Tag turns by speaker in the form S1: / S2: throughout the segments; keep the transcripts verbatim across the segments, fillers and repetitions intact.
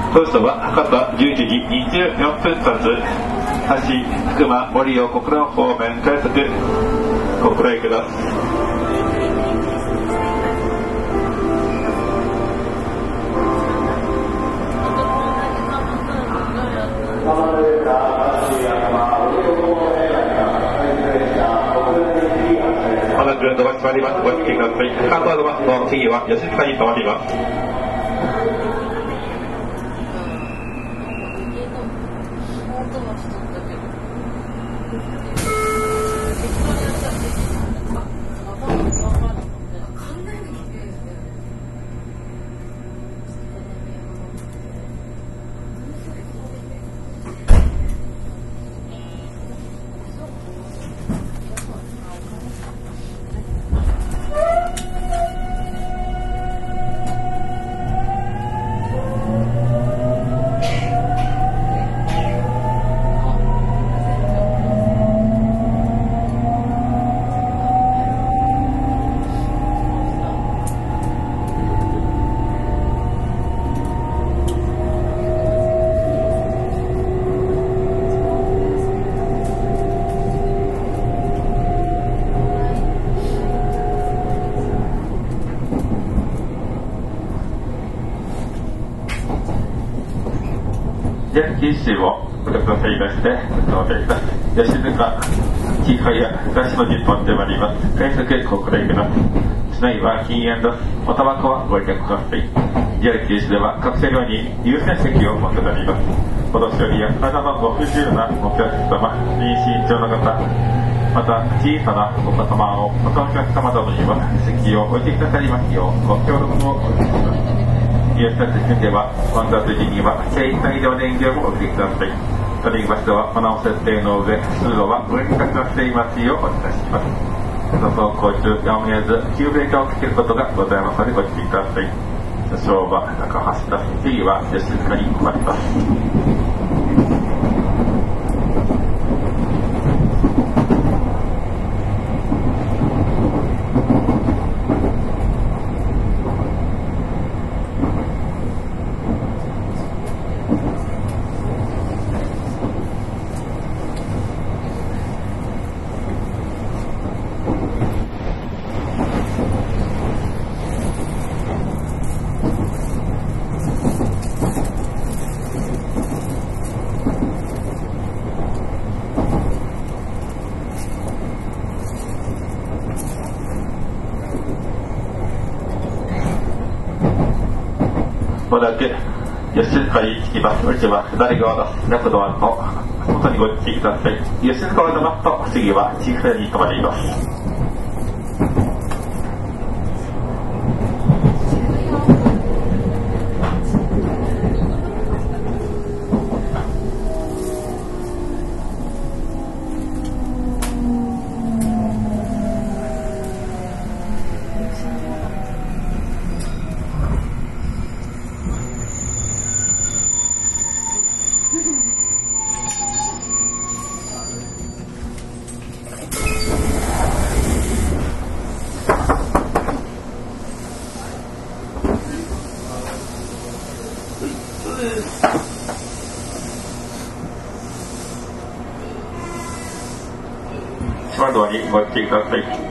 S1: 当初は博多じゅういちじにじゅうよんぷん発橋福間森尾小倉方面快速ご来来ください。まもなくドア閉まります。ご注意ください。カートドバスの次は吉塚に停まります。九州をご覧くださいまして、お願いします。吉塚、紀伊谷、東の日本でもあります。快速ご来来ください。市内は禁煙です。おタバコはご利用ください。ジャル九州では各車両に優先席を設けてあります。お年寄りや体のご不自由なお客様、妊娠中の方、また小さなお子様をお客様などには席を置いてくださいますようご協力をお願いします。利用した時では混雑時には軽大量燃料をお付けください。取り場所はこの設定の上、通路は上にかかっていますようお願いします。走行中やむを得ず急ブレーキをかけることがございますのでご注意ください。昭和中橋田次は吉塚に止まります。まもなく吉塚に着きます。うちは左側の逆ドアの外にご注意ください。吉塚を出ますと次は小さいに止まります。島ドアにご注意ください。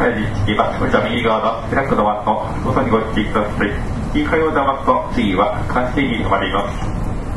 S1: 帰り着きます。じゃあ右側のスラックのマット、外にご注意ください。いかようなマット、次は完成に止まります。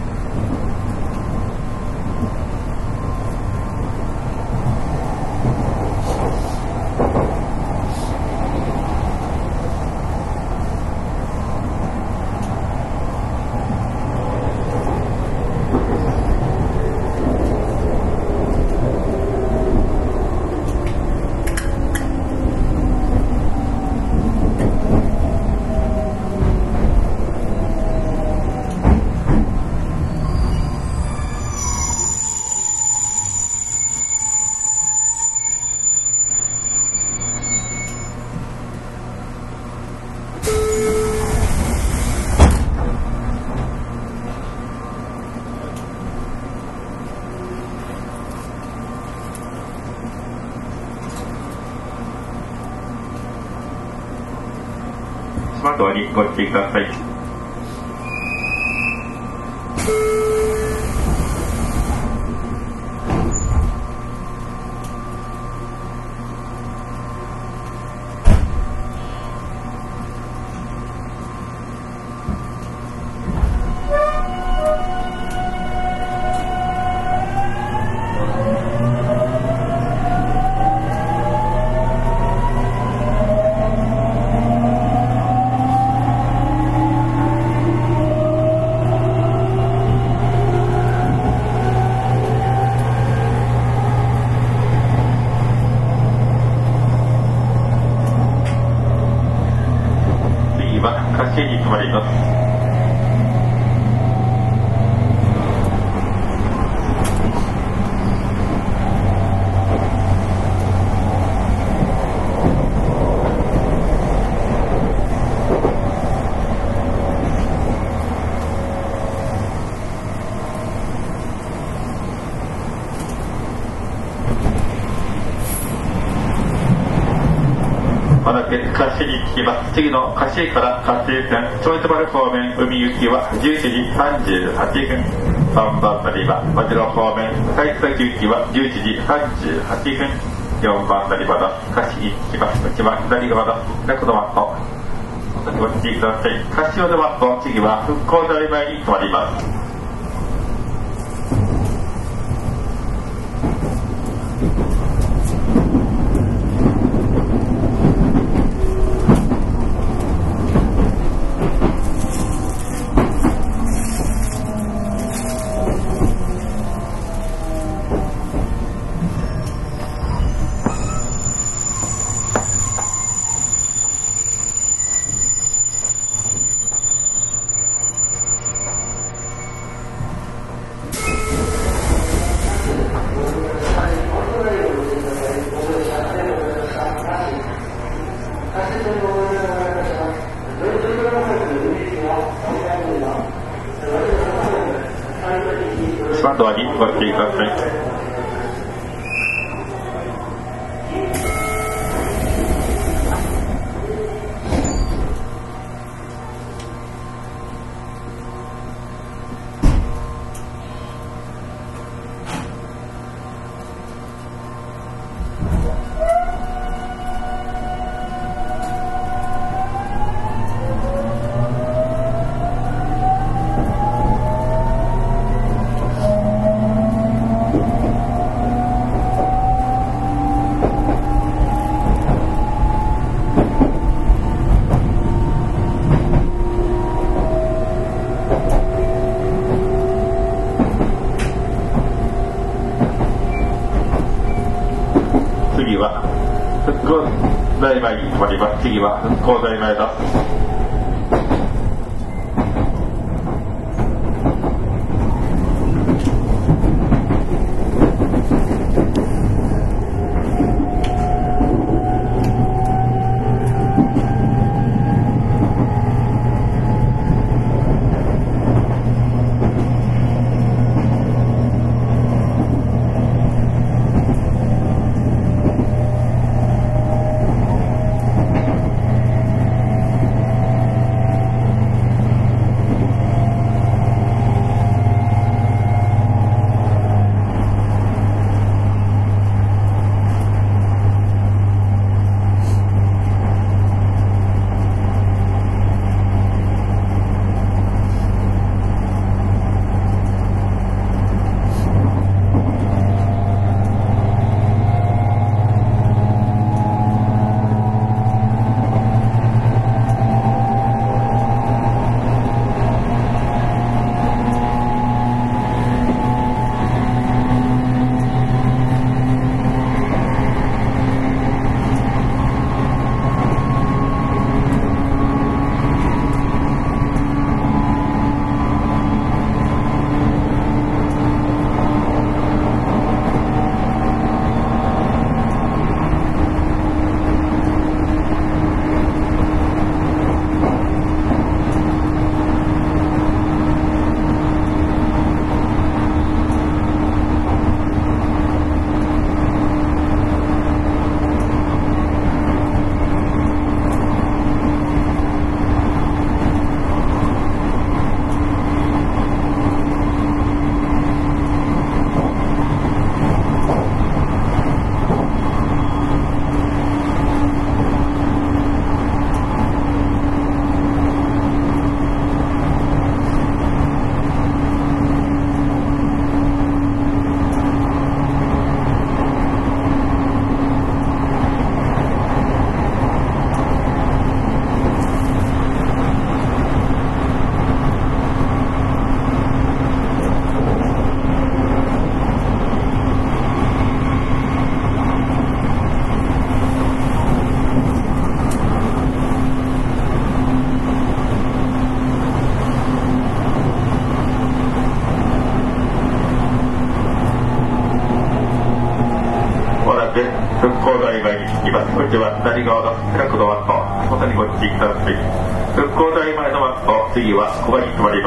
S1: スマートにご注意ください。滑車に止まります。まもなく滑車に着きます。次の滑車から滑車線ちょいとまる方面海行きはじゅういちじさんじゅうはっぷん、さんばん乗り場マジロ方面海津崎行きはじゅういちじさんじゅうはっぷん、よんばん乗り場です。滑車に着きます。一番左側です。レコのマットご注意ください。滑車用のマット、次は復興台前に止まります。スタンドにご注意ください。次は復興台前に止まります。次は復興台前です。 着きます。こっちは左側の開くドアと元にご注意ください。復興台前のマット、次は小場に停まります。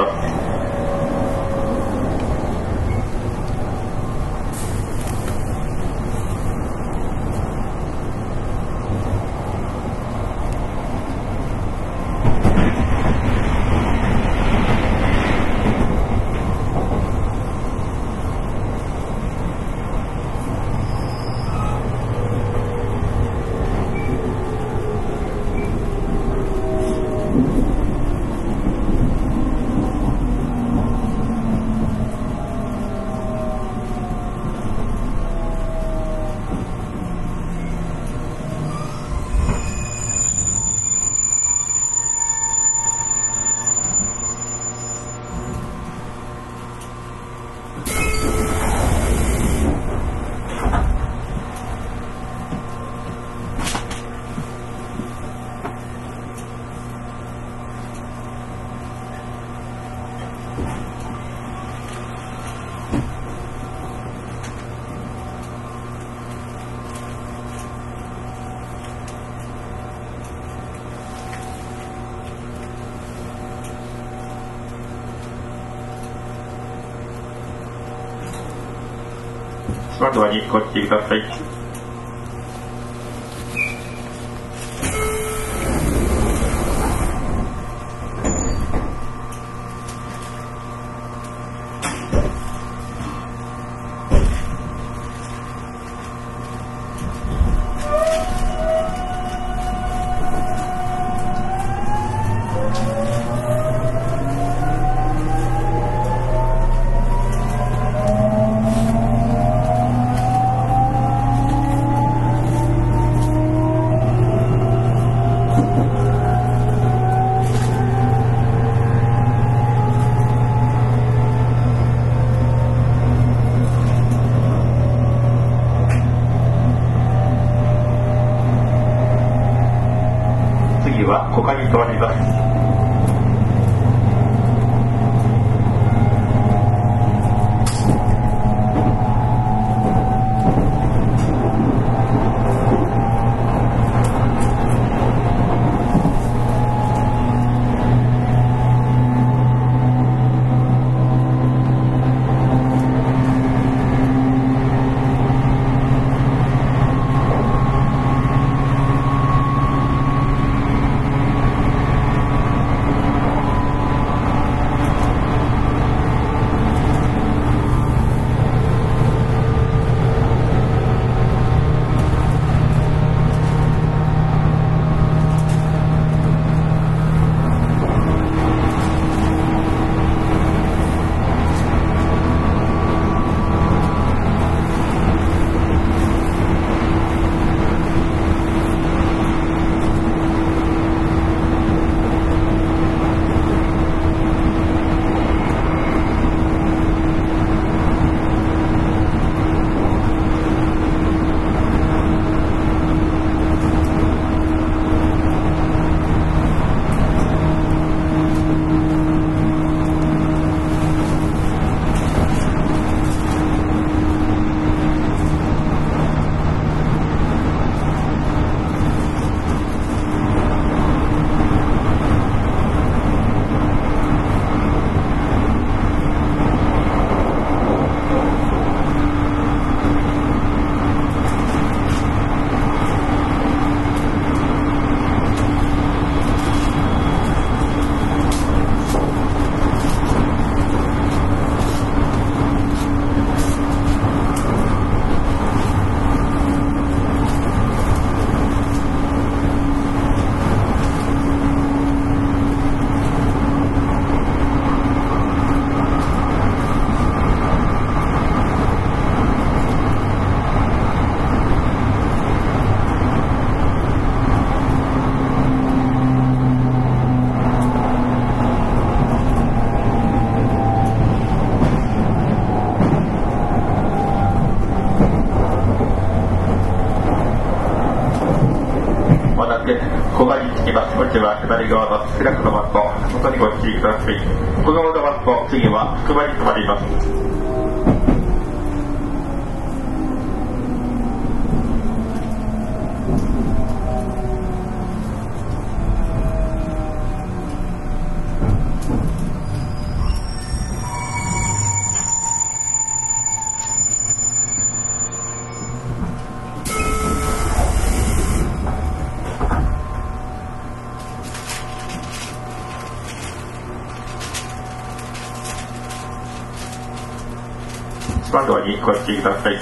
S1: まずはにご注意ください。は他に変わります。小場に着きます。こちらは左側の開くのマット、外にご注意ください。小側のマット、次は福場に停まります。 まずはにご注意ください。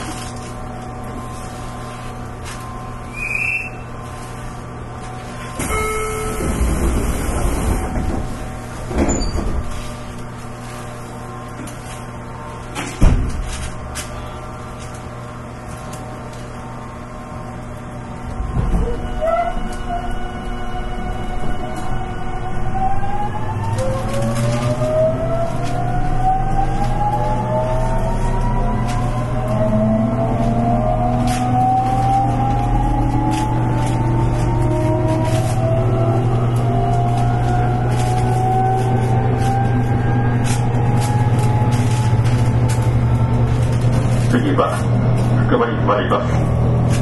S1: 次は福場に止まります。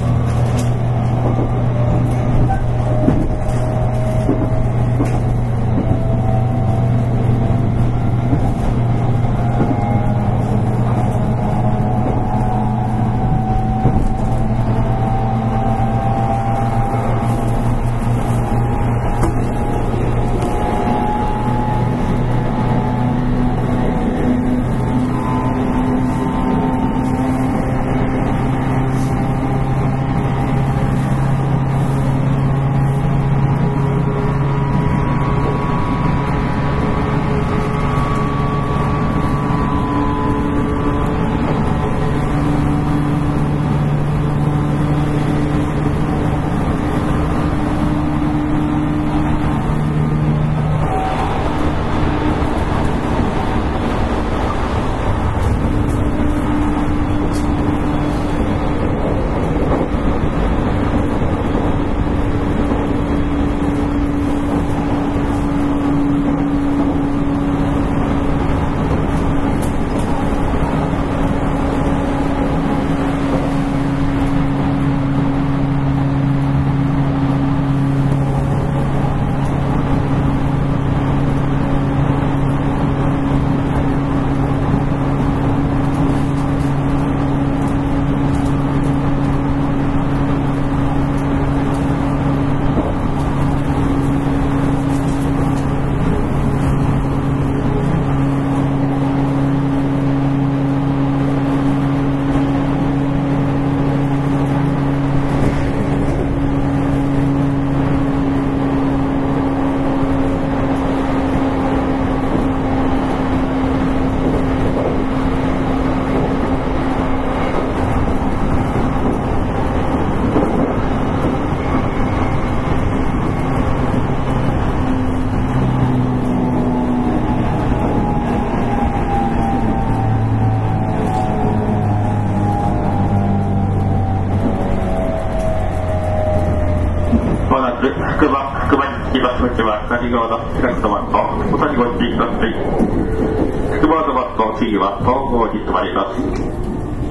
S1: 福場、福場に着きますときは左側の近く止まると、お先ご注意ください。福場止まると次は東郷に止まります。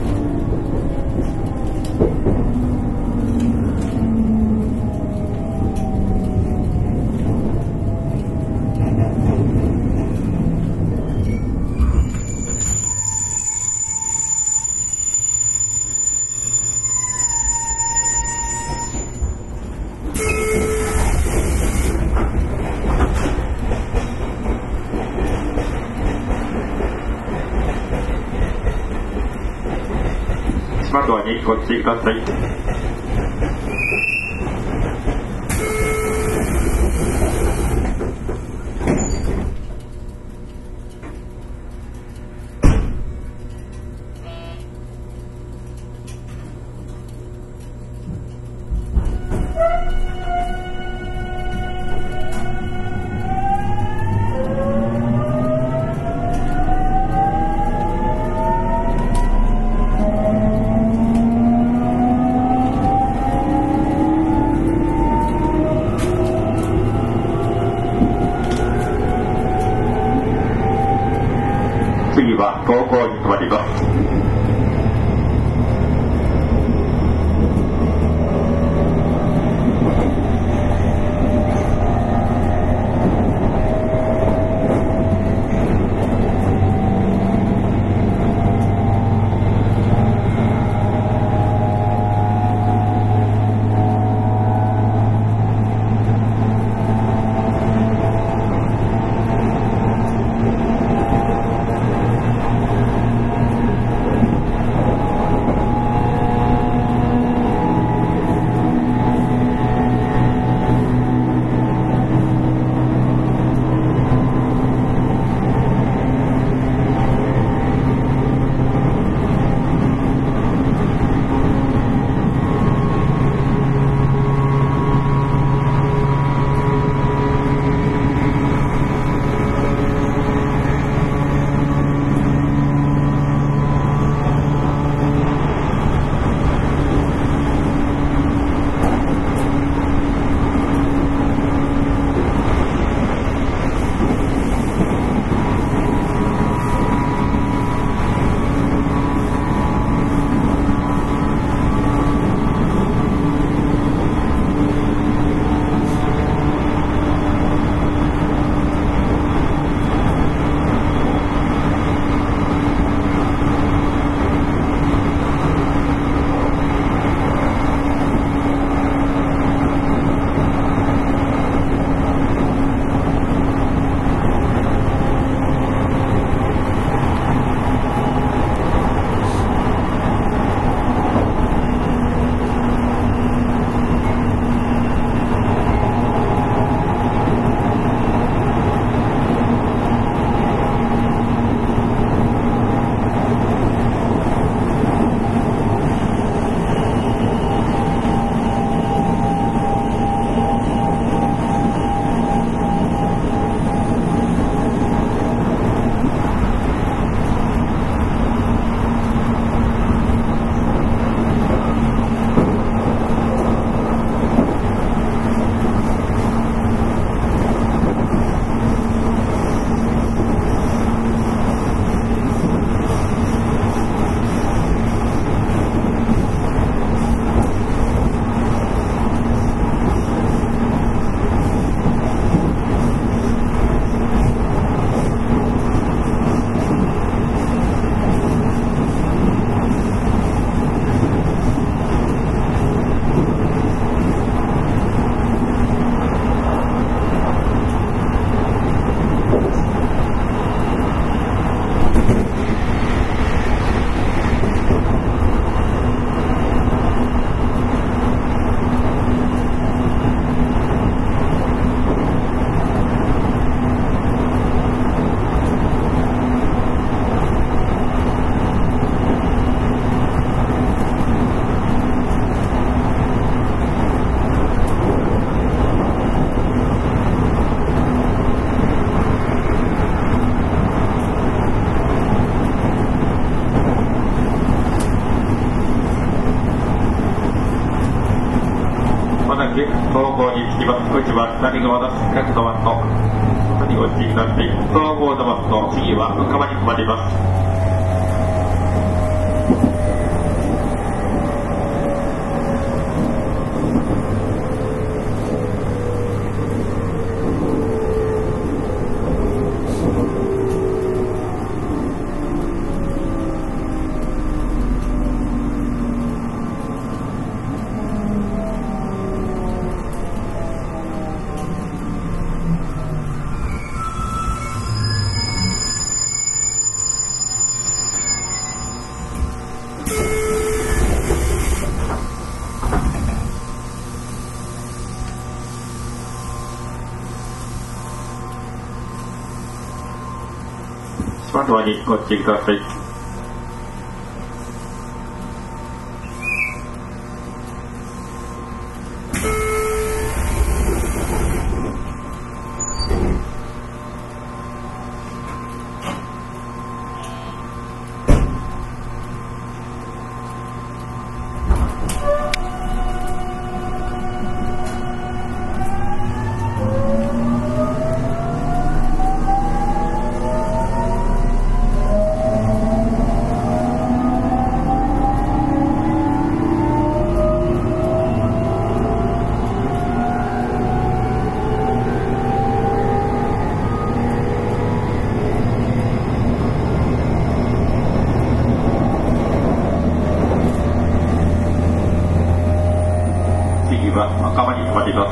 S1: 島ドアにご注意ください。次は東郷に止まります。 は左側のレフトバット外に落ちてください。ストローボードバット次は赤間に止まります。スマートワンにご注意ください。赤間に止まります。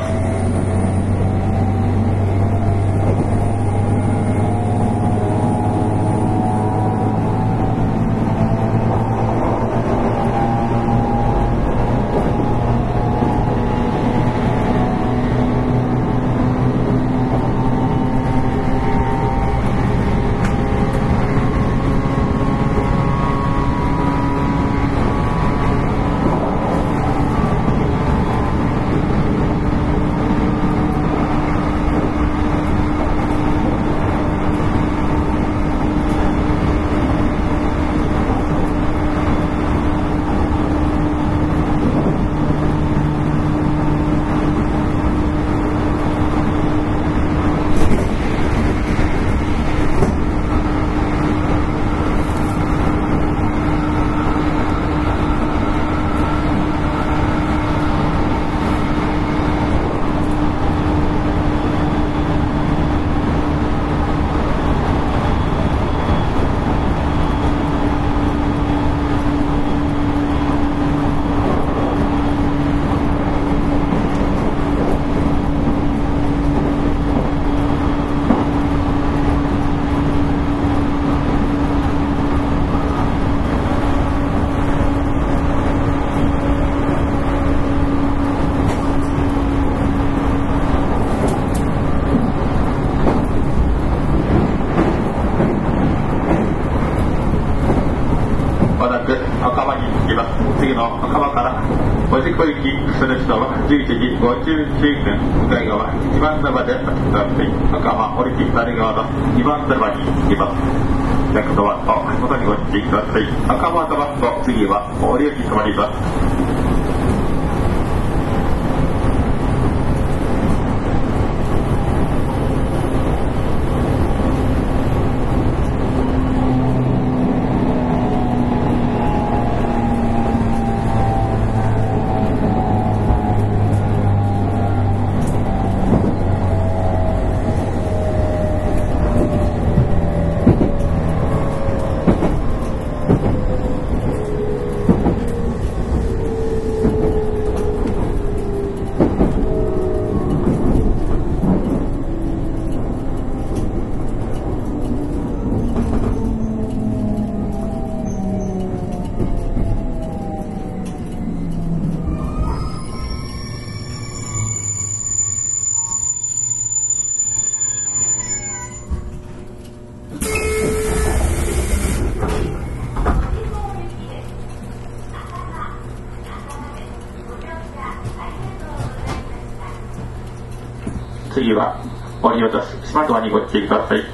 S1: 赤間に行きます。次の赤間からおじこ行きする人はじゅういちじごじゅうきゅうふん向かい側いちばん線まで立ち下って赤間降りて左側のにばん線まで行きます。レフトバット元にご注意ください。赤間とバット次は降りに止まります。次は降り落とすスマートワンにご注意ください。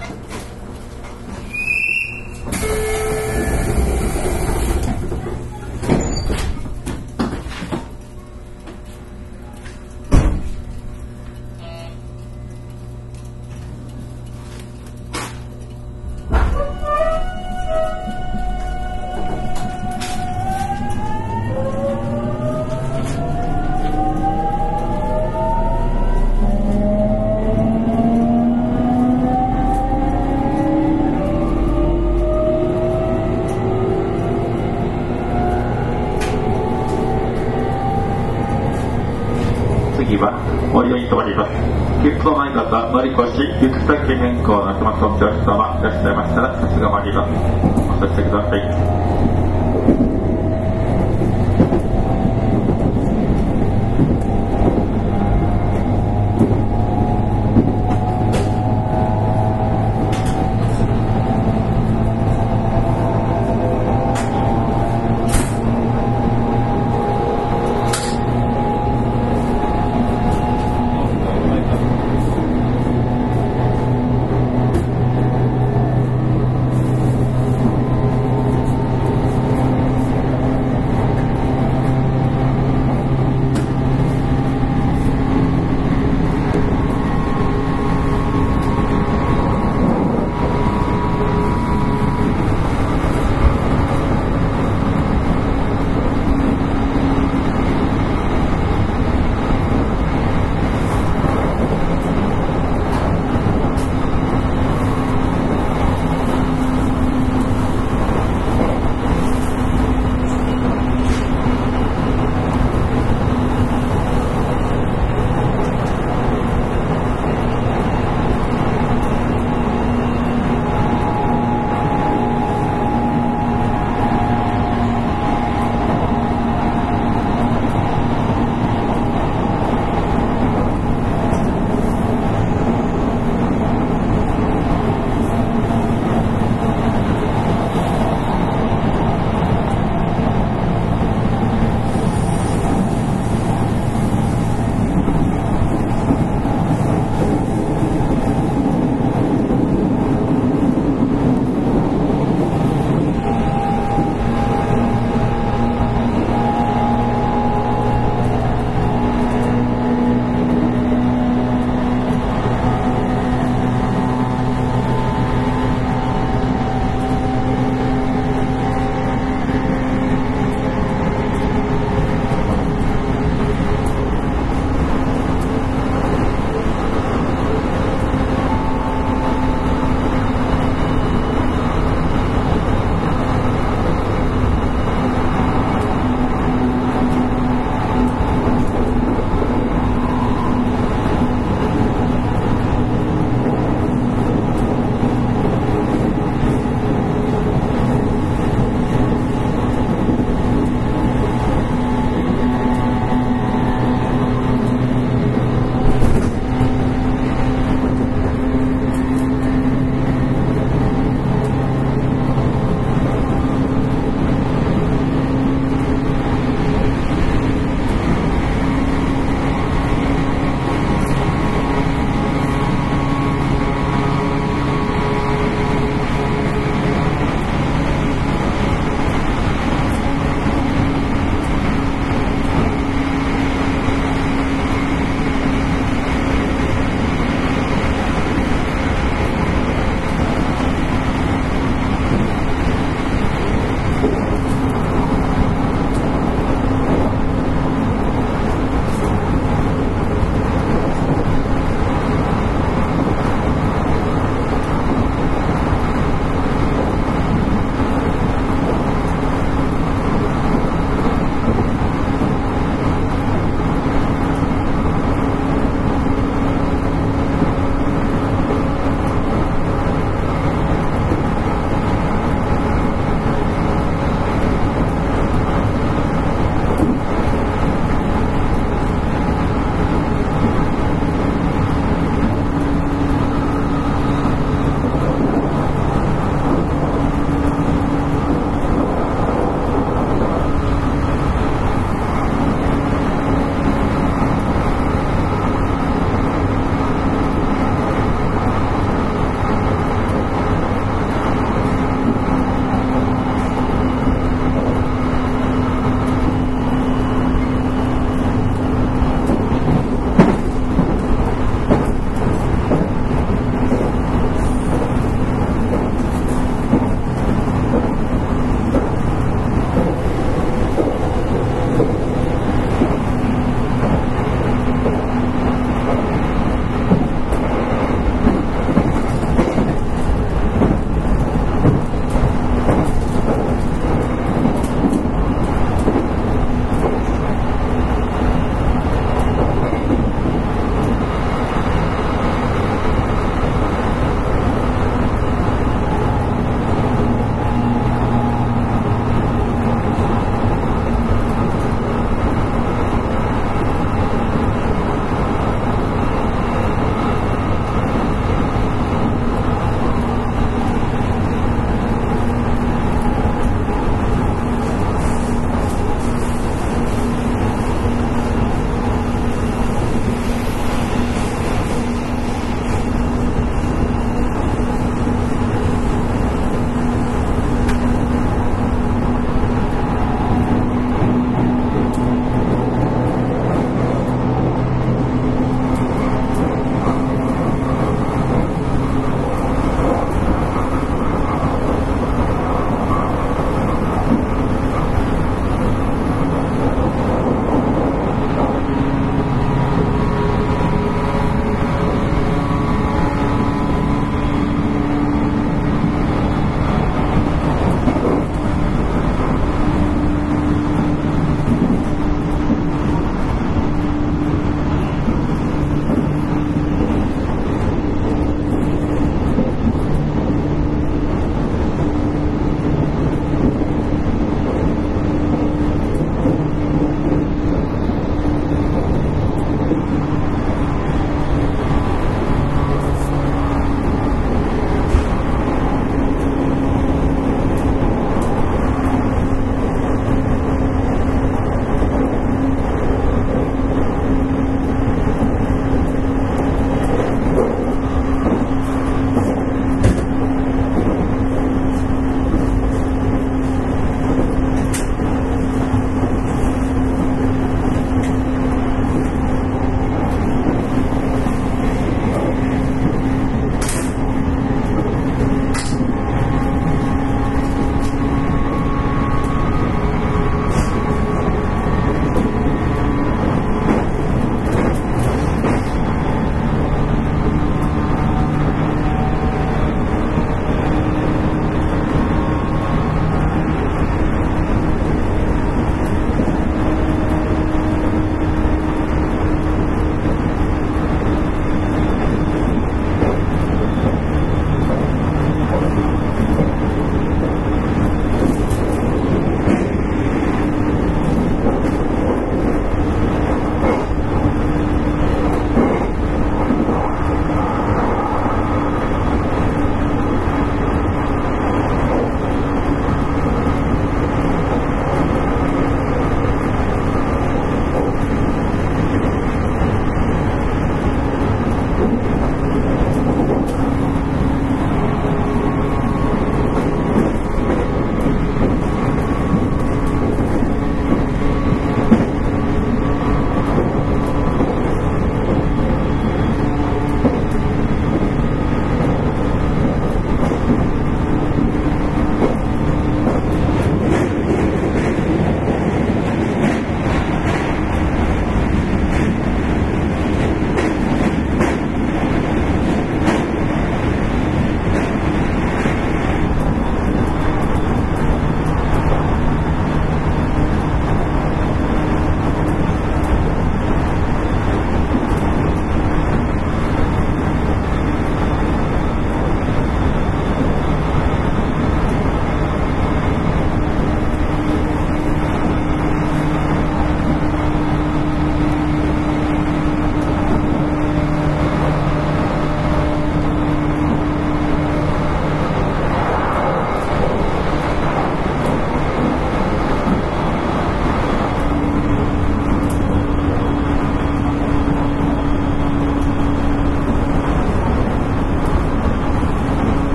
S1: 方乗り越し行く先変更の熊とお客様いらっしゃいましたらさすがまりますお察しください。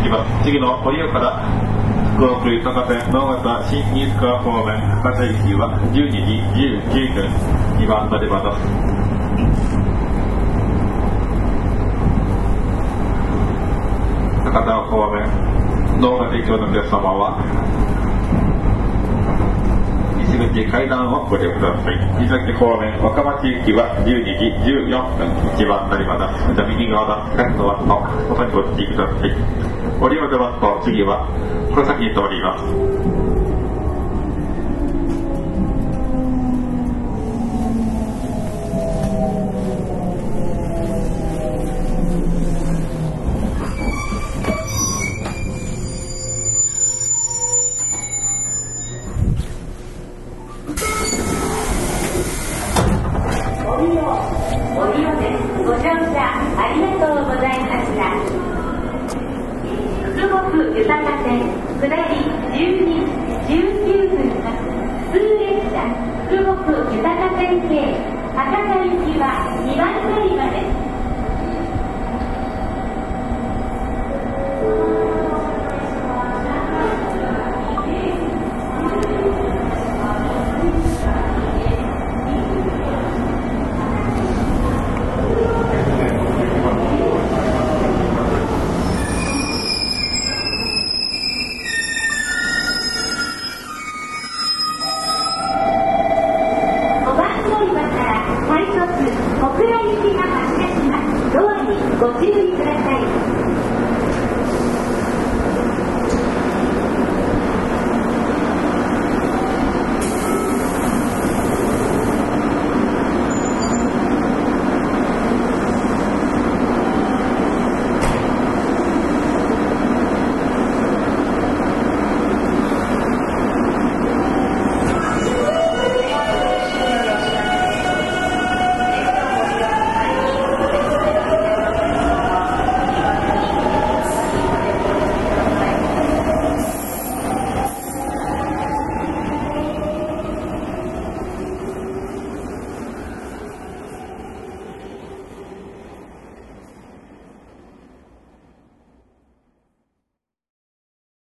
S1: きます。次の折岡から福岡豊か線能形新新須川方面博多行きはじゅうにじじゅうきゅうふんにばん乗り場です。博多方面能形行きのお客様は西口階段をご利用ください。伊崎方面若町行きはじゅうにじじゅうよんぷんいちばん乗り場です。右側の各ドアの外にご注意ください。降りを出ますと次は黒崎に通ります。
S2: ご乗車ありがとうございました。福木豊か線下りじゅうにじじゅうきゅうふん発普通列車福木豊か線系博多行きはにばん乗り場です。